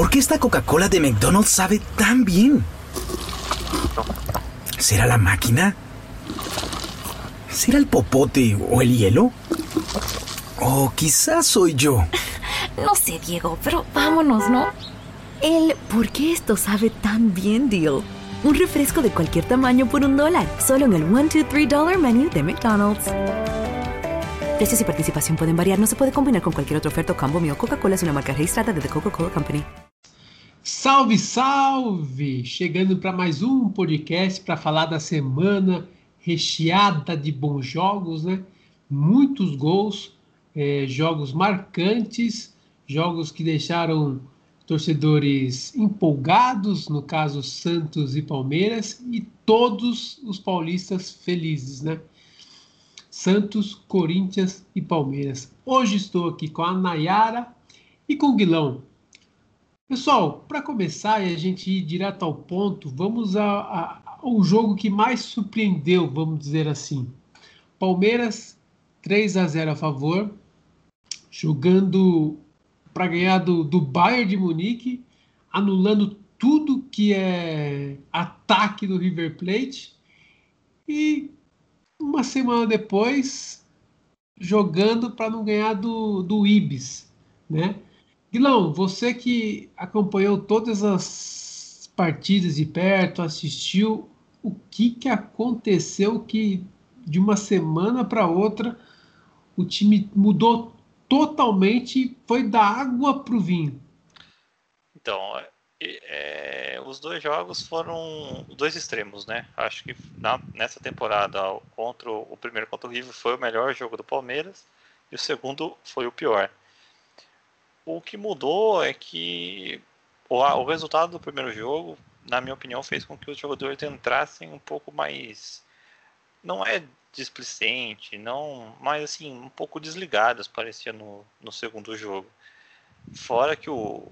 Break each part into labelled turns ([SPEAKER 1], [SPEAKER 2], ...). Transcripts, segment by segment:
[SPEAKER 1] ¿Por qué esta Coca-Cola de McDonald's sabe tan bien? ¿Será la máquina? ¿Será el popote o el hielo? O quizás soy yo.
[SPEAKER 2] No sé, Diego, pero vámonos, ¿no? El ¿por qué esto sabe tan bien deal? Un refresco de cualquier tamaño por $1, solo en el $1, $2, $3 menu de McDonald's. Precios y participación pueden variar, no se puede combinar con cualquier otra oferta o combo mío. Coca-Cola es una marca registrada de The Coca-Cola Company.
[SPEAKER 3] Salve, salve! Chegando para mais um podcast para falar da semana recheada de bons jogos, né? Muitos gols, jogos marcantes, jogos que deixaram torcedores empolgados, no caso Santos e Palmeiras, e todos os paulistas felizes, né? Santos, Corinthians e Palmeiras. Hoje estou aqui com a Nayara e com o Guilão. Pessoal, para começar e a gente ir direto ao ponto, vamos ao jogo que mais surpreendeu, vamos dizer assim. Palmeiras, 3-0 a favor, jogando para ganhar do Bayern de Munique, anulando tudo que é ataque do River Plate, e uma semana depois jogando para não ganhar do Ibis, né? Guilão, você que acompanhou todas as partidas de perto, assistiu, o que aconteceu que de uma semana para outra o time mudou totalmente, foi da água para o vinho?
[SPEAKER 4] Então, os dois jogos foram dois extremos, né? Acho que nessa temporada, o primeiro contra o River foi o melhor jogo do Palmeiras e o segundo foi o pior. O que mudou é que o resultado do primeiro jogo, na minha opinião, fez com que os jogadores entrassem um pouco mais, não é displicente, mas assim, um pouco desligados, parecia no segundo jogo. Fora que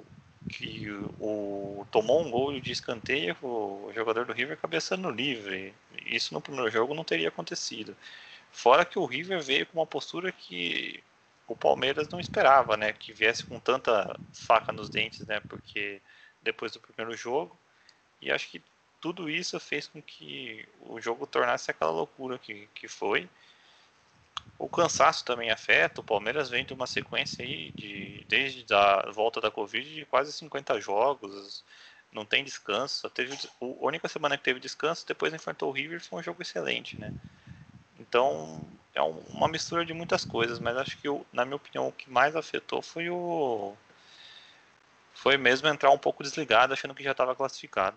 [SPEAKER 4] tomou um gol de escanteio, o jogador do River cabeçando livre. Isso no primeiro jogo não teria acontecido. Fora que o River veio com uma postura que o Palmeiras não esperava, né? Que viesse com tanta faca nos dentes, né? Porque depois do primeiro jogo, e acho que tudo isso fez com que o jogo tornasse aquela loucura que foi. O cansaço também afeta. O Palmeiras vem de uma sequência aí desde a volta da Covid de quase 50 jogos, não tem descanso. A única semana que teve descanso, depois enfrentou o River, foi um jogo excelente, né? Então é uma mistura de muitas coisas, mas acho que, na minha opinião, o que mais afetou foi mesmo entrar um pouco desligado, achando que já estava classificado.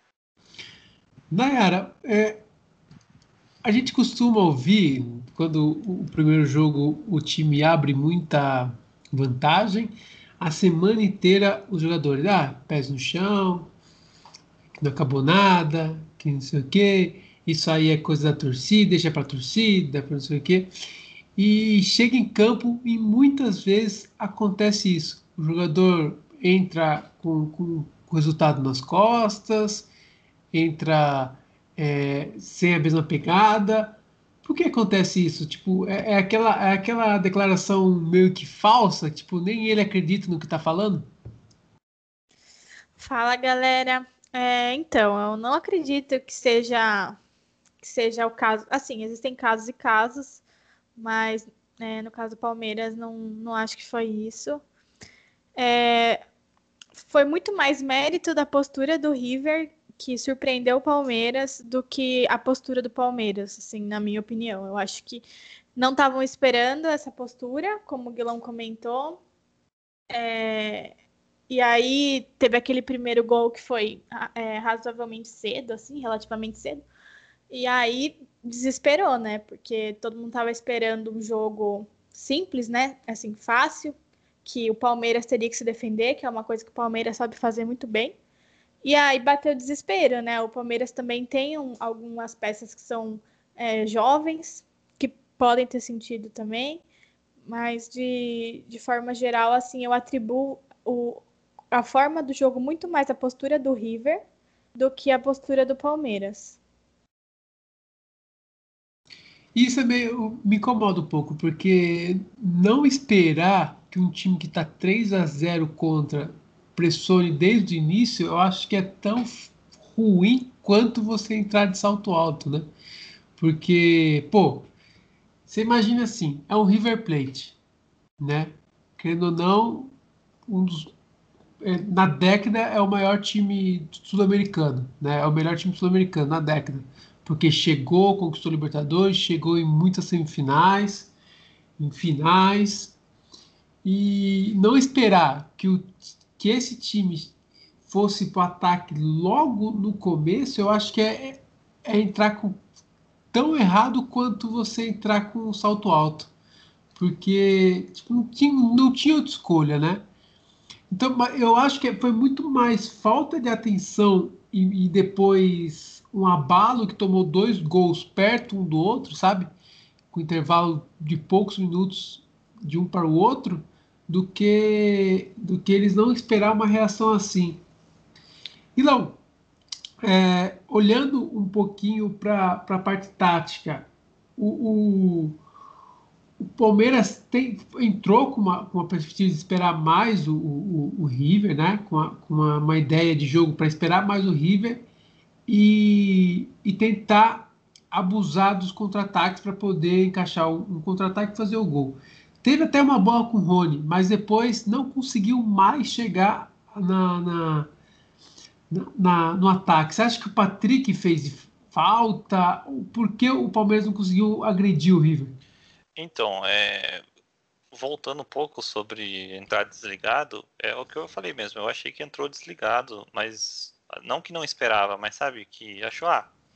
[SPEAKER 3] Nayara, a gente costuma ouvir, quando o primeiro jogo o time abre muita vantagem, a semana inteira os jogadores, pés no chão, que não acabou nada, que não sei o quê, isso aí é coisa da torcida, deixa pra torcida, pra não sei o quê. E chega em campo e muitas vezes acontece isso. O jogador entra com o resultado nas costas, entra sem a mesma pegada. Por que acontece isso? Tipo, é aquela declaração meio que falsa, tipo, nem ele acredita no que tá falando?
[SPEAKER 5] Fala, galera. Então, eu não acredito que seja o caso. Assim, existem casos e casos, mas no caso do Palmeiras, não acho que foi isso. Foi muito mais mérito da postura do River, que surpreendeu o Palmeiras, do que a postura do Palmeiras, assim, na minha opinião. Eu acho que não estavam esperando essa postura, como o Guilão comentou. E aí teve aquele primeiro gol que foi razoavelmente cedo, assim, relativamente cedo. E aí desesperou, né? Porque todo mundo estava esperando um jogo simples, né? Assim, fácil, que o Palmeiras teria que se defender, que é uma coisa que o Palmeiras sabe fazer muito bem. E aí bateu o desespero, né? O Palmeiras também tem algumas peças que são jovens, que podem ter sentido também, mas de forma geral, assim, eu atribuo a forma do jogo muito mais à postura do River do que a postura do Palmeiras.
[SPEAKER 3] Isso me incomoda um pouco, porque não esperar que um time que está 3-0 contra pressione desde o início, eu acho que é tão ruim quanto você entrar de salto alto, né? Porque, pô, você imagina assim, é um River Plate, né? Querendo ou não, na década é o maior time sul-americano, né? É o melhor time sul-americano na década, porque chegou, conquistou Libertadores, chegou em muitas semifinais, em finais, e não esperar que esse time fosse para o ataque logo no começo, eu acho que é entrar tão errado quanto você entrar com um salto alto, porque tipo, não tinha outra escolha, né? Então, eu acho que foi muito mais falta de atenção e depois um abalo que tomou 2 gols perto um do outro, sabe? Com intervalo de poucos minutos de um para o outro, do que eles não esperar uma reação assim. E não, olhando um pouquinho para a parte tática, o, o Palmeiras entrou com uma perspectiva de esperar mais o River, né? Com uma ideia de jogo para esperar mais o River e tentar abusar dos contra-ataques para poder encaixar um contra-ataque e fazer o gol. Teve até uma bola com o Rony, mas depois não conseguiu mais chegar no ataque. Você acha que o Patrick fez falta? Por que o Palmeiras não conseguiu agredir o River?
[SPEAKER 4] Então, voltando um pouco sobre entrar desligado, é o que eu falei mesmo. Eu achei que entrou desligado, mas não que não esperava, mas sabe, que achou,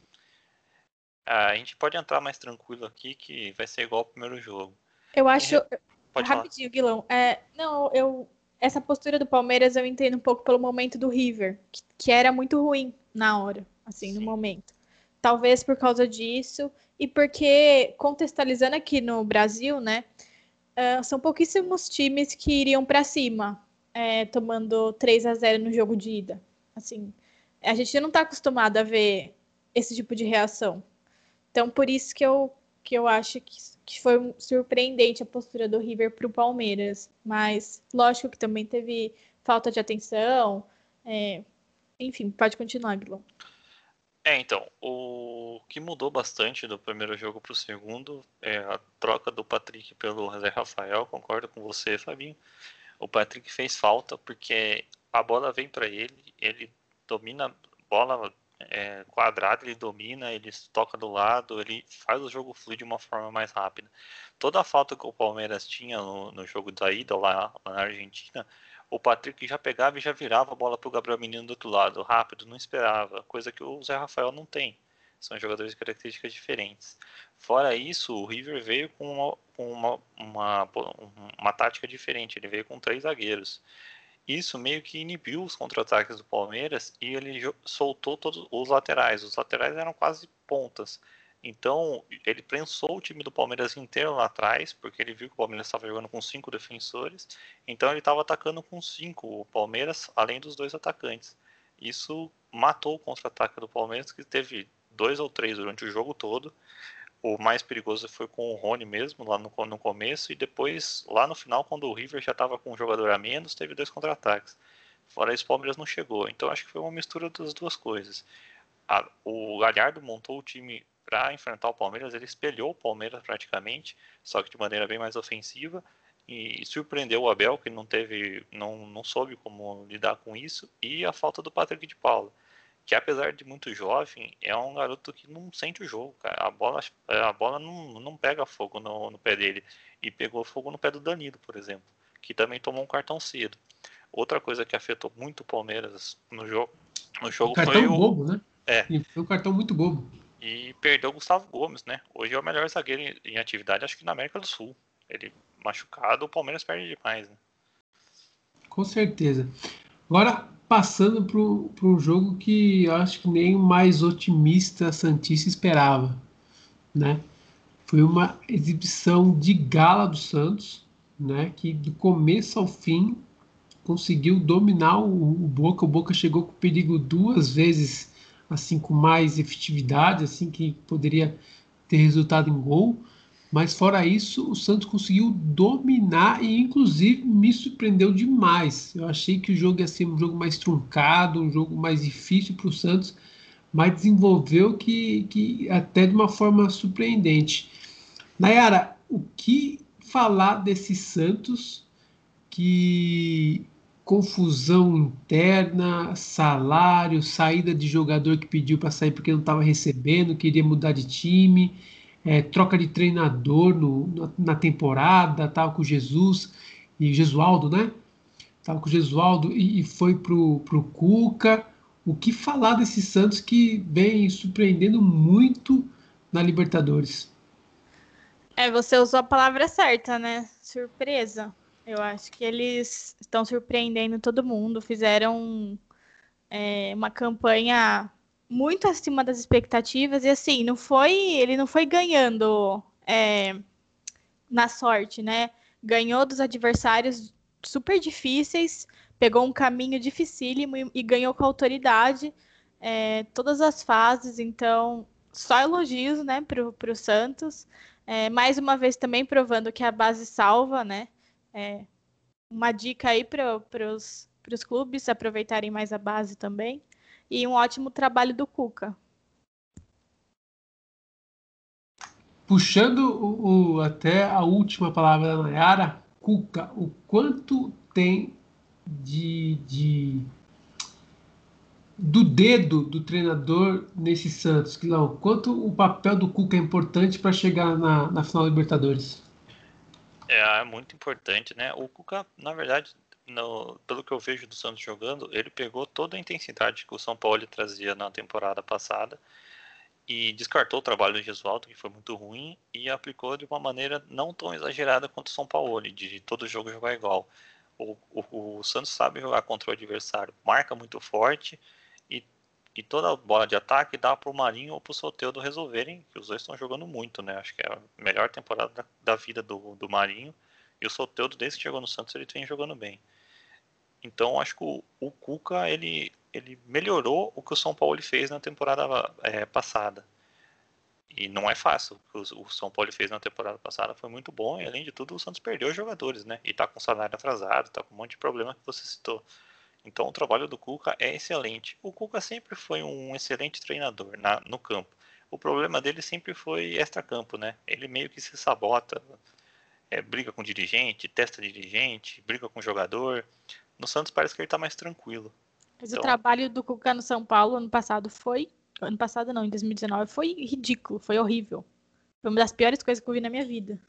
[SPEAKER 4] a gente pode entrar mais tranquilo aqui, que vai ser igual ao primeiro jogo.
[SPEAKER 5] Eu acho.
[SPEAKER 4] Pode
[SPEAKER 5] Rapidinho, Guilão. Não, essa postura do Palmeiras eu entendo um pouco pelo momento do River, que era muito ruim na hora, assim, no momento. Talvez por causa disso, e porque, contextualizando aqui no Brasil, né, são pouquíssimos times que iriam para cima, tomando 3-0 no jogo de ida. Assim, a gente não está acostumado a ver esse tipo de reação. Então, por isso que eu acho que foi surpreendente a postura do River para o Palmeiras. Mas, lógico que também teve falta de atenção. Enfim, pode continuar, Guilherme.
[SPEAKER 4] Então, o que mudou bastante do primeiro jogo para o segundo é a troca do Patrick pelo Zé Rafael. Concordo com você, Fabinho. O Patrick fez falta porque a bola vem para ele domina a bola quadrada, ele domina, ele toca do lado, ele faz o jogo fluir de uma forma mais rápida. Toda a falta que o Palmeiras tinha no jogo da ida lá na Argentina, o Patrick já pegava e já virava a bola para o Gabriel Menino do outro lado, rápido, não esperava, coisa que o Zé Rafael não tem. São jogadores de características diferentes. Fora isso, o River veio com uma tática diferente, ele veio com 3 zagueiros. Isso meio que inibiu os contra-ataques do Palmeiras e ele soltou todos os laterais. Os laterais eram quase pontas. Então, ele prensou o time do Palmeiras inteiro lá atrás, porque ele viu que o Palmeiras estava jogando com 5 defensores. Então, ele estava atacando com 5 o Palmeiras, além dos 2 atacantes. Isso matou o contra-ataque do Palmeiras, que teve 2 ou 3 durante o jogo todo. O mais perigoso foi com o Rony mesmo, lá no começo, e depois, lá no final, quando o River já estava com um jogador a menos, teve 2 contra-ataques. Fora isso, o Palmeiras não chegou. Então, acho que foi uma mistura das duas coisas. O Galhardo montou o time para enfrentar o Palmeiras, ele espelhou o Palmeiras praticamente, só que de maneira bem mais ofensiva, e surpreendeu o Abel, que não soube como lidar com isso, e a falta do Patrick de Paula, que apesar de muito jovem, é um garoto que não sente o jogo, cara. A bola não pega fogo no pé dele, e pegou fogo no pé do Danilo, por exemplo, que também tomou um cartão cedo. Outra coisa que afetou muito o Palmeiras no jogo
[SPEAKER 3] Cartão
[SPEAKER 4] foi
[SPEAKER 3] bobo, né? Foi um cartão muito bobo.
[SPEAKER 4] E perdeu o Gustavo Gomes, né? Hoje é o melhor zagueiro em atividade, acho que na América do Sul. Ele machucado, o Palmeiras perde demais, né?
[SPEAKER 3] Com certeza. Agora, passando para um jogo que eu acho que nem o mais otimista santista esperava, né? Foi uma exibição de gala do Santos, né? Que do começo ao fim conseguiu dominar o Boca. O Boca chegou com perigo 2 vezes, assim, com mais efetividade, assim, que poderia ter resultado em gol. Mas fora isso, o Santos conseguiu dominar e inclusive me surpreendeu demais. Eu achei que o jogo ia ser um jogo mais truncado, um jogo mais difícil para o Santos, mas desenvolveu que até de uma forma surpreendente. Nayara, o que falar desse Santos que confusão interna, salário, saída de jogador que pediu para sair porque não estava recebendo, queria mudar de time, troca de treinador na temporada, tava com o Jesus e Gesualdo, né? Tava com o Gesualdo e foi pro Cuca. O que falar desse Santos que vem surpreendendo muito na Libertadores?
[SPEAKER 5] Você usou a palavra certa, né? Surpresa. Eu acho que eles estão surpreendendo todo mundo. Fizeram uma campanha muito acima das expectativas. E assim, ele não foi ganhando na sorte, né? Ganhou dos adversários super difíceis, pegou um caminho dificílimo e ganhou com autoridade todas as fases. Então, só elogios, né, pro Santos. Mais uma vez também provando que a base salva, né? Uma dica aí para os clubes aproveitarem mais a base também. E um ótimo trabalho do Cuca.
[SPEAKER 3] Puxando até a última palavra da Nayara, Cuca, o quanto tem do dedo do treinador nesse Santos, Quilão? Quanto o papel do Cuca é importante para chegar na final da Libertadores?
[SPEAKER 4] É muito importante, né? O Cuca, na verdade, pelo que eu vejo do Santos jogando, ele pegou toda a intensidade que o São Paulo trazia na temporada passada e descartou o trabalho do Gesualdo, que foi muito ruim, e aplicou de uma maneira não tão exagerada quanto o São Paulo, de todo jogo jogar igual. O Santos sabe jogar contra o adversário, marca muito forte, e toda a bola de ataque dá para o Marinho ou para o Soteldo resolverem, que os dois estão jogando muito, né? Acho que é a melhor temporada da vida do Marinho, e o Soteldo, desde que chegou no Santos, ele vem jogando bem. Então, acho que o Cuca, ele melhorou o que o São Paulo fez na temporada passada. E não é fácil. O que o São Paulo fez na temporada passada foi muito bom, e além de tudo, o Santos perdeu os jogadores, né? E tá com salário atrasado, tá com um monte de problema que você citou. Então o trabalho do Cuca é excelente. O Cuca sempre foi um excelente treinador no campo. O problema dele sempre foi extra-campo, né? Ele meio que se sabota, briga com dirigente, testa dirigente, briga com jogador. No Santos parece que ele tá mais tranquilo.
[SPEAKER 5] Mas o trabalho do Cuca no São Paulo ano passado em 2019 foi ridículo, foi horrível. Foi uma das piores coisas que eu vi na minha vida.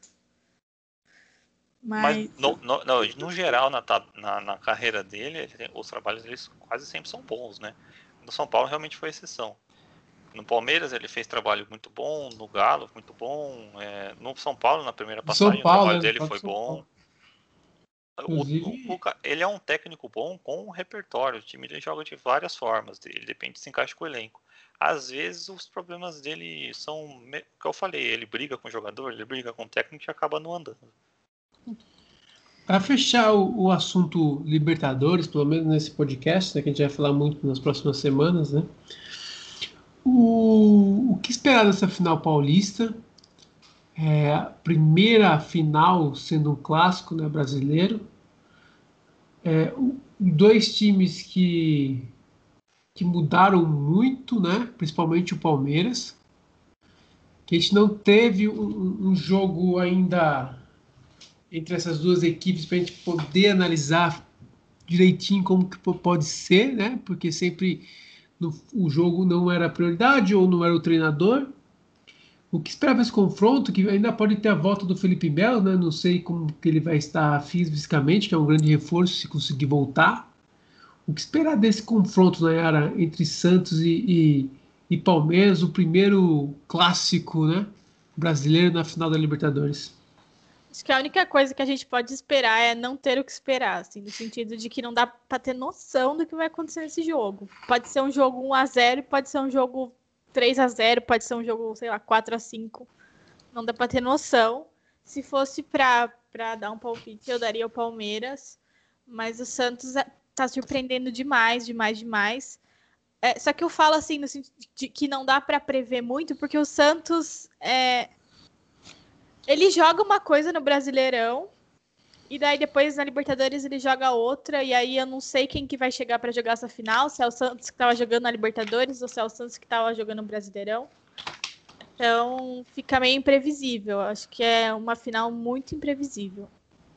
[SPEAKER 4] Mas no geral, na carreira dele, os trabalhos deles quase sempre são bons, né? No São Paulo realmente foi exceção. No Palmeiras ele fez trabalho muito bom, no Galo muito bom, no São Paulo na primeira passagem o trabalho dele foi bom. O Cuca, ele é um técnico bom com um repertório, o time ele joga de várias formas, ele depende se encaixa com o elenco. Às vezes os problemas dele são, o que eu falei, ele briga com o jogador, ele briga com o técnico e acaba não andando.
[SPEAKER 3] Para fechar o assunto Libertadores, pelo menos nesse podcast, né, que a gente vai falar muito nas próximas semanas, né? O que esperar dessa final paulista? A primeira final sendo um clássico, né, brasileiro. Dois times que mudaram muito, né? Principalmente o Palmeiras. Que a gente não teve um jogo ainda entre essas duas equipes para a gente poder analisar direitinho como que pode ser, né? Porque sempre o jogo não era a prioridade ou não era o treinador. O que esperava esse confronto, que ainda pode ter a volta do Felipe Melo, né? Não sei como que ele vai estar fisicamente, que é um grande reforço se conseguir voltar. O que esperar desse confronto, Nayara, entre Santos e Palmeiras, o primeiro clássico, né, brasileiro na final da Libertadores?
[SPEAKER 5] Acho que a única coisa que a gente pode esperar é não ter o que esperar, assim, no sentido de que não dá para ter noção do que vai acontecer nesse jogo. Pode ser um jogo 1-0, pode ser um jogo 3-0, pode ser um jogo, sei lá, 4-5. Não dá para ter noção. Se fosse para dar um palpite, eu daria o Palmeiras, mas o Santos tá surpreendendo demais. Só que eu falo assim, no sentido de que não dá para prever muito, porque o Santos Ele joga uma coisa no Brasileirão, e daí depois na Libertadores ele joga outra, e aí eu não sei quem que vai chegar para jogar essa final, se é o Santos que tava jogando na Libertadores ou se é o Santos que tava jogando no Brasileirão. Então fica meio imprevisível. Acho que é uma final muito imprevisível.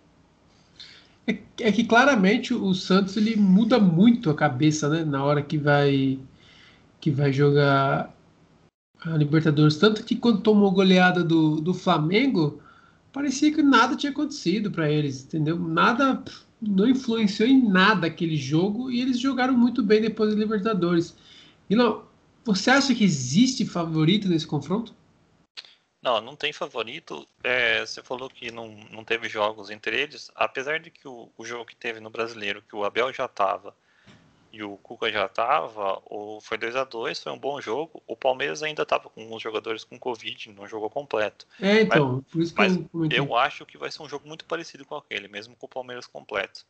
[SPEAKER 3] É que claramente o Santos ele muda muito a cabeça, né? Na hora que vai jogar a Libertadores. Tanto que quando tomou goleada do Flamengo, parecia que nada tinha acontecido para eles, entendeu? Nada, não influenciou em nada aquele jogo e eles jogaram muito bem depois da Libertadores. E não, você acha que existe favorito nesse confronto?
[SPEAKER 4] Não, não tem favorito. Você falou que não teve jogos entre eles. Apesar de que o jogo que teve no Brasileiro, que o Abel já estava e o Cuca já estava, foi 2-2, foi um bom jogo. O Palmeiras ainda estava com os jogadores com Covid, não jogou completo. Mas,
[SPEAKER 3] Então, por isso que
[SPEAKER 4] mas
[SPEAKER 3] eu comentei.
[SPEAKER 4] eu acho que vai ser um jogo muito parecido com aquele, mesmo com o Palmeiras completo.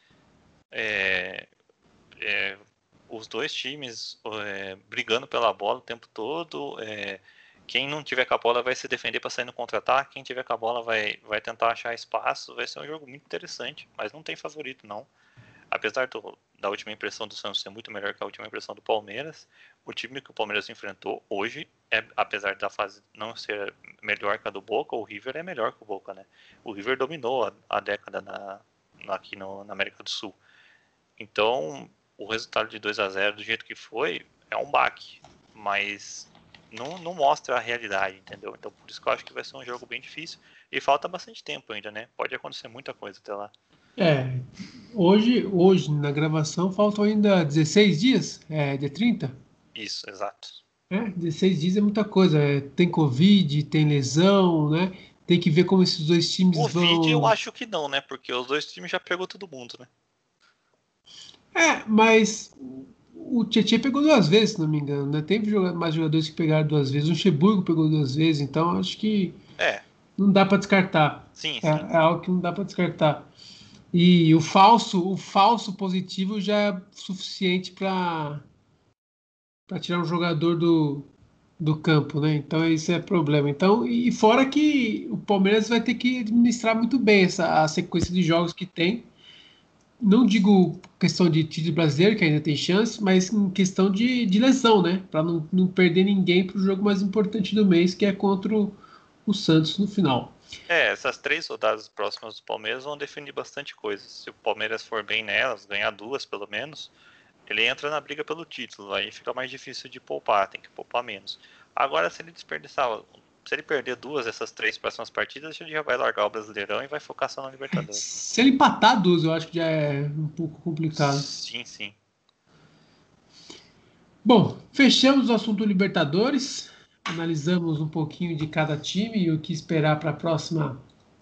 [SPEAKER 4] Os dois times brigando pela bola o tempo todo. Quem não tiver com a bola vai se defender para sair no contra-ataque. Quem tiver com a bola vai tentar achar espaço. Vai ser um jogo muito interessante, mas não tem favorito, não. Apesar da última impressão do Santos ser muito melhor que a última impressão do Palmeiras, o time que o Palmeiras enfrentou hoje, apesar da fase não ser melhor que a do Boca, o River é melhor que o Boca, né? O River dominou a década aqui na América do Sul. Então, o resultado de 2-0 do jeito que foi, é um baque, mas não mostra a realidade, entendeu? Então, por isso que eu acho que vai ser um jogo bem difícil e falta bastante tempo ainda, né? Pode acontecer muita coisa até lá.
[SPEAKER 3] Hoje na gravação faltam ainda 16 dias, dia 30?
[SPEAKER 4] Isso, exato.
[SPEAKER 3] 16 dias é muita coisa. Tem Covid, tem lesão, né? Tem que ver como esses dois times
[SPEAKER 4] Covid eu
[SPEAKER 3] vão.
[SPEAKER 4] acho que não, né? Porque os dois times já pegou todo mundo, né?
[SPEAKER 3] Mas o Tietchan pegou 2 vezes, se não me engano, né? Teve mais jogadores que pegaram 2 vezes. O Luxemburgo pegou 2 vezes, então acho que não dá para descartar.
[SPEAKER 4] Sim.
[SPEAKER 3] É algo que não dá para descartar. E o falso positivo já é suficiente para tirar um jogador do campo, né? Então esse é problema. Então, e fora que o Palmeiras vai ter que administrar muito bem a sequência de jogos que tem. Não digo questão de título brasileiro, que ainda tem chance, mas em questão de lesão, né? Para não perder ninguém para o jogo mais importante do mês, que é contra o Santos no final.
[SPEAKER 4] Essas 3 rodadas próximas do Palmeiras vão definir bastante coisa. Se o Palmeiras for bem nelas, ganhar 2 pelo menos, ele entra na briga pelo título. Aí fica mais difícil de poupar, tem que poupar menos. Agora, se ele perder 2 dessas 3 próximas partidas, ele já vai largar o Brasileirão e vai focar só na Libertadores.
[SPEAKER 3] Se ele empatar 2, eu acho que já é um pouco complicado.
[SPEAKER 4] Sim.
[SPEAKER 3] Bom, fechamos o assunto Libertadores. Analisamos um pouquinho de cada time e o que esperar para a próxima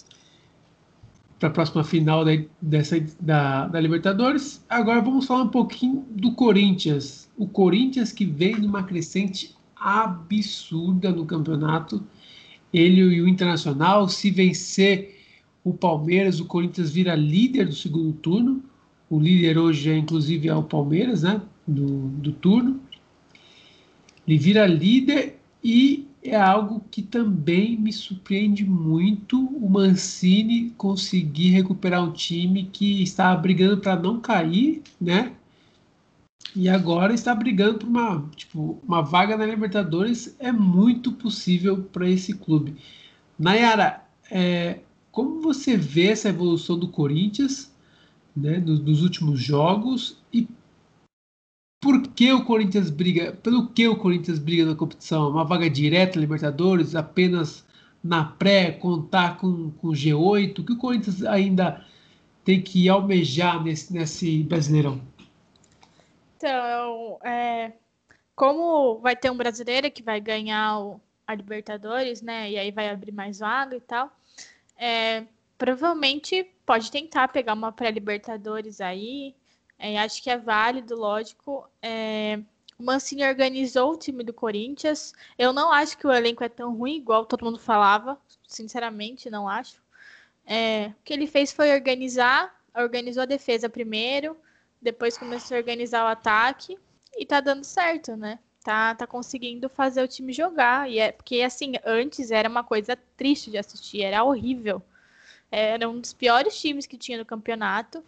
[SPEAKER 3] final da Libertadores. Agora vamos falar um pouquinho do Corinthians. O Corinthians que vem numa crescente absurda no campeonato. Ele e o Internacional, se vencer o Palmeiras, o Corinthians vira líder do segundo turno. O líder hoje inclusive é o Palmeiras, né? Do turno. Ele vira líder e é algo que também me surpreende muito o Mancini conseguir recuperar um time que estava brigando para não cair, né? E agora está brigando por uma vaga na Libertadores. É muito possível para esse clube. Nayara, como você vê essa evolução do Corinthians, né, nos últimos jogos e pelo que o Corinthians briga na competição? Uma vaga direta na Libertadores, apenas na pré, contar com G8? O que o Corinthians ainda tem que almejar nesse Brasileirão?
[SPEAKER 5] Então, como vai ter um brasileiro que vai ganhar a Libertadores, né? E aí vai abrir mais vaga e tal. Provavelmente pode tentar pegar uma pré-Libertadores aí. Acho que é válido, lógico. O Mancini organizou o time do Corinthians. Eu não acho que o elenco é tão ruim, igual todo mundo falava. Sinceramente, não acho. O que ele fez foi organizou a defesa primeiro, depois começou a organizar o ataque e tá dando certo, né? Tá conseguindo fazer o time jogar. E porque, assim, antes era uma coisa triste de assistir, era horrível. Era um dos piores times que tinha no campeonato.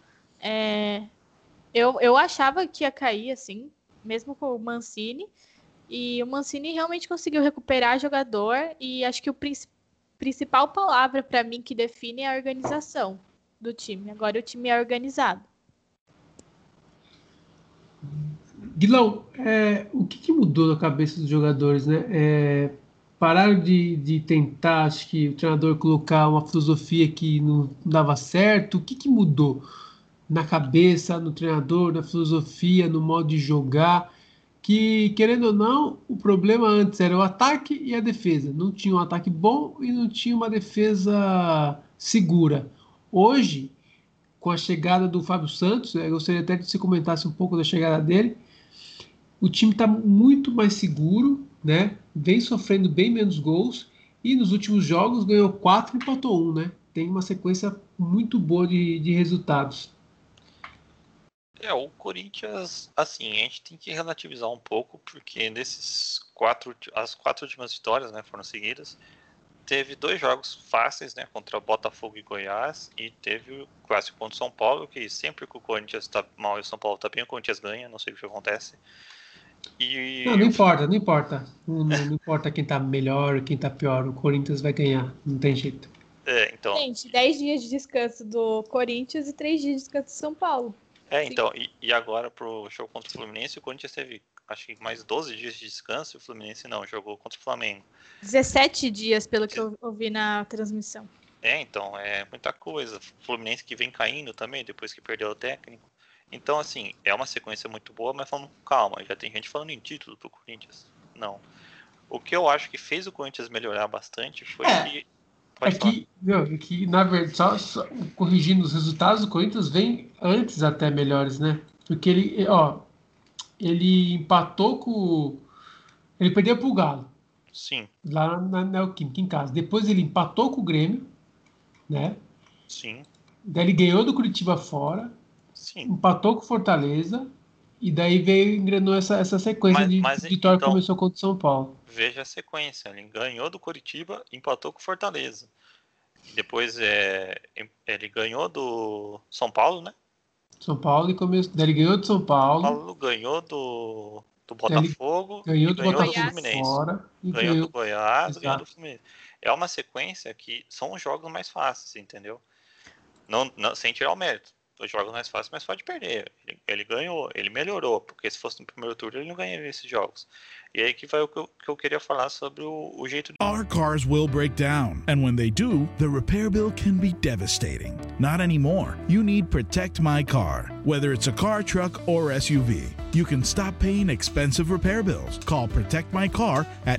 [SPEAKER 5] Eu achava que ia cair, assim, mesmo com o Mancini. E o Mancini realmente conseguiu recuperar jogador. E acho que o principal palavra para mim que define é a organização do time. Agora o time é organizado.
[SPEAKER 3] Guilão, o que mudou na cabeça dos jogadores, né? Pararam de tentar, acho que o treinador colocar uma filosofia que não dava certo. O que mudou na cabeça, no treinador, na filosofia, no modo de jogar? Que, querendo ou não, o problema antes era o ataque e a defesa. Não tinha um ataque bom e não tinha uma defesa segura. Hoje, com a chegada do Fábio Santos, eu gostaria até que você comentasse um pouco da chegada dele. O time está muito mais seguro, né? Vem sofrendo bem menos gols e nos últimos jogos ganhou 4 e empatou 1, né? Tem uma sequência muito boa de resultados.
[SPEAKER 4] O Corinthians, assim, a gente tem que relativizar um pouco, porque as 4 últimas vitórias, né, foram seguidas. Teve 2 jogos fáceis, né, contra Botafogo e Goiás, e teve o clássico contra o São Paulo, que sempre que o Corinthians está mal e o São Paulo está bem, o Corinthians ganha, não sei o que acontece.
[SPEAKER 3] Não importa, não importa. Não importa quem tá melhor, quem tá pior. O Corinthians vai ganhar, não tem jeito.
[SPEAKER 4] Então...
[SPEAKER 5] Gente, 10 dias de descanso do Corinthians e 3 dias de descanso do São Paulo.
[SPEAKER 4] Então, e agora pro jogo contra o Fluminense, o Corinthians teve, acho que mais 12 dias de descanso, e o Fluminense não, jogou contra o Flamengo.
[SPEAKER 5] 17 dias, pelo que eu ouvi na transmissão.
[SPEAKER 4] Então, é muita coisa. O Fluminense que vem caindo também, depois que perdeu o técnico. Então, assim, é uma sequência muito boa, mas vamos com calma. Já tem gente falando em título pro Corinthians. Não. O que eu acho que fez o Corinthians melhorar bastante foi que...
[SPEAKER 3] que, na verdade, só corrigindo os resultados do Corinthians, vem antes até melhores, né? Porque ele empatou com... Ele perdeu pro Galo.
[SPEAKER 4] Sim.
[SPEAKER 3] Lá na Neoquímica, em casa. Depois ele empatou com o Grêmio, né?
[SPEAKER 4] Sim.
[SPEAKER 3] Daí ele ganhou do Curitiba fora.
[SPEAKER 4] Sim.
[SPEAKER 3] Empatou com o Fortaleza. E daí engrenou essa sequência de vitória que começou contra o São Paulo.
[SPEAKER 4] Veja a sequência. Ele ganhou do Curitiba, empatou com o Fortaleza. Depois ele ganhou do São Paulo, né?
[SPEAKER 3] São Paulo daí ele ganhou do São Paulo.
[SPEAKER 4] Ganhou do Botafogo,
[SPEAKER 3] ganhou do
[SPEAKER 4] Botafogo do Fluminense.
[SPEAKER 3] Fora,
[SPEAKER 4] ganhou do Goiás, ganhou
[SPEAKER 3] exato.
[SPEAKER 4] do Fluminense. É uma sequência que são os jogos mais fáceis, entendeu? Não, sem tirar o mérito. Os jogos mais fáceis, mas pode perder. Ele ganhou, ele melhorou, porque se fosse no primeiro turno ele não ganharia esses jogos. E aí que vai o que eu queria falar sobre o jeito de...
[SPEAKER 6] Our cars will break down, and when they do, the repair bill can be devastating. Not anymore. You need Protect My Car. Whether it's a car, truck, or SUV, you can stop paying expensive repair bills. Call Protect My Car at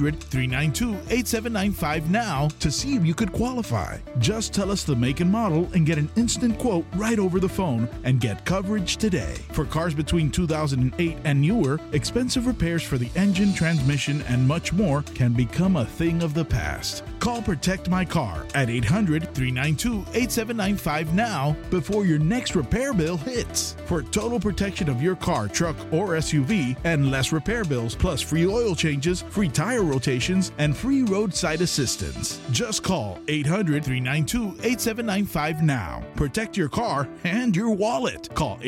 [SPEAKER 6] 800-392-8795 now to see if you could qualify. Just tell us the make and model and get an instant quote right over the phone and get coverage today. For cars between 2008 and newer, expensive repairs for the engine, transmission, and much more can become a thing of the past. Call Protect My Car at 800-392-8795 now before your next repair bill hits. For total protection of your car, truck, or SUV and less repair bills, plus free oil changes, free tire rotations, and free roadside assistance. Just call 800-392-8795 now. Protect your car and your wallet. Call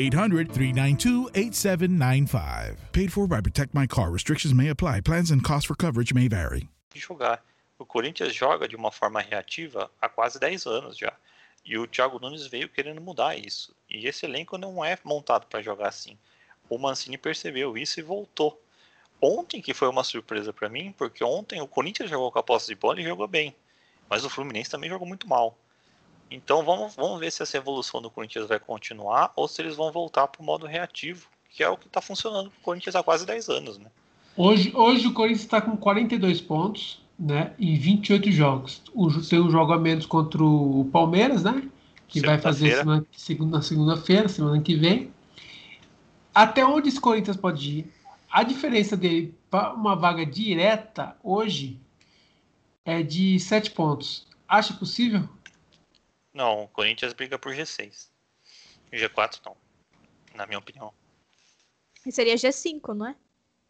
[SPEAKER 6] 800-392-8795. Paid for by Protect My Car. Restrictions may apply. Plans and costs for coverage may vary.
[SPEAKER 4] Jogar. O Corinthians joga de uma forma reativa há quase 10 anos já. E o Thiago Nunes veio querendo mudar isso. E esse elenco não é montado para jogar assim. O Mancini percebeu isso e voltou. Ontem que foi uma surpresa para mim, porque ontem o Corinthians jogou com a posse de bola e jogou bem. Mas o Fluminense também jogou muito mal. Então vamos ver se essa evolução do Corinthians vai continuar ou se eles vão voltar para o modo reativo, que é o que está funcionando com o Corinthians há quase 10 anos, né?
[SPEAKER 3] Hoje o Corinthians está com 42 pontos, né, em 28 jogos. Tem um jogo a menos contra o Palmeiras, né? Que vai fazer na segunda-feira, semana que vem. Até onde esse Corinthians pode ir? A diferença dele para uma vaga direta hoje é de 7 pontos. Acha possível?
[SPEAKER 4] Não, o Corinthians briga por G6. G4 não, na minha opinião.
[SPEAKER 5] E seria G5, não é?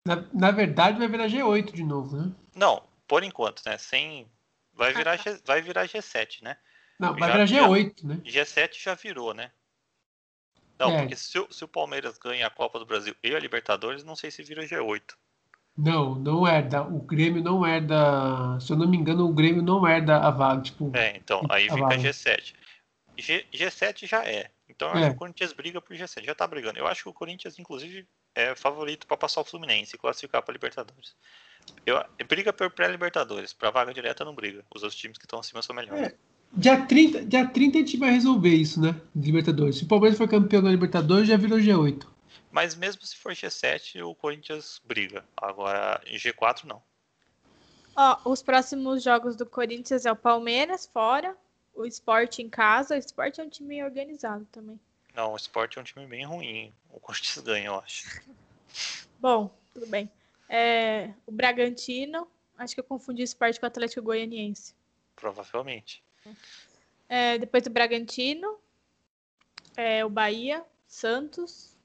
[SPEAKER 3] Na verdade, vai virar G8 de novo, né?
[SPEAKER 4] Não, por enquanto, né? Vai virar G7, né?
[SPEAKER 3] Não, vai virar G8, né?
[SPEAKER 4] G7 já virou, né? Não, porque se o Palmeiras ganha a Copa do Brasil e a Libertadores, não sei se vira G8.
[SPEAKER 3] Não herda. O Grêmio não herda. Se eu não me engano, o Grêmio não herda a vaga. Tipo,
[SPEAKER 4] Então, aí fica
[SPEAKER 3] vaga.
[SPEAKER 4] G7. G7 já é. Então eu acho que o Corinthians briga por G7. Já tá brigando. Eu acho que o Corinthians, inclusive, é favorito para passar o Fluminense e classificar para Libertadores. Briga por pré-Libertadores. Para vaga direta não briga. Os outros times que estão acima são melhores.
[SPEAKER 3] Dia 30 a gente vai resolver isso, né? De Libertadores. Se o Palmeiras for campeão da Libertadores, já virou G8.
[SPEAKER 4] Mas mesmo se for G7, o Corinthians briga. Agora, em G4, não.
[SPEAKER 5] Os próximos jogos do Corinthians é o Palmeiras fora, o Sport em casa. O Sport é um time organizado também.
[SPEAKER 4] Não, o Sport é um time bem ruim. O Corinthians ganha, eu acho.
[SPEAKER 5] Bom, tudo bem. O Bragantino, acho que eu confundi o Sport com o Atlético Goianiense.
[SPEAKER 4] Provavelmente.
[SPEAKER 5] Depois do Bragantino, o Bahia, Santos,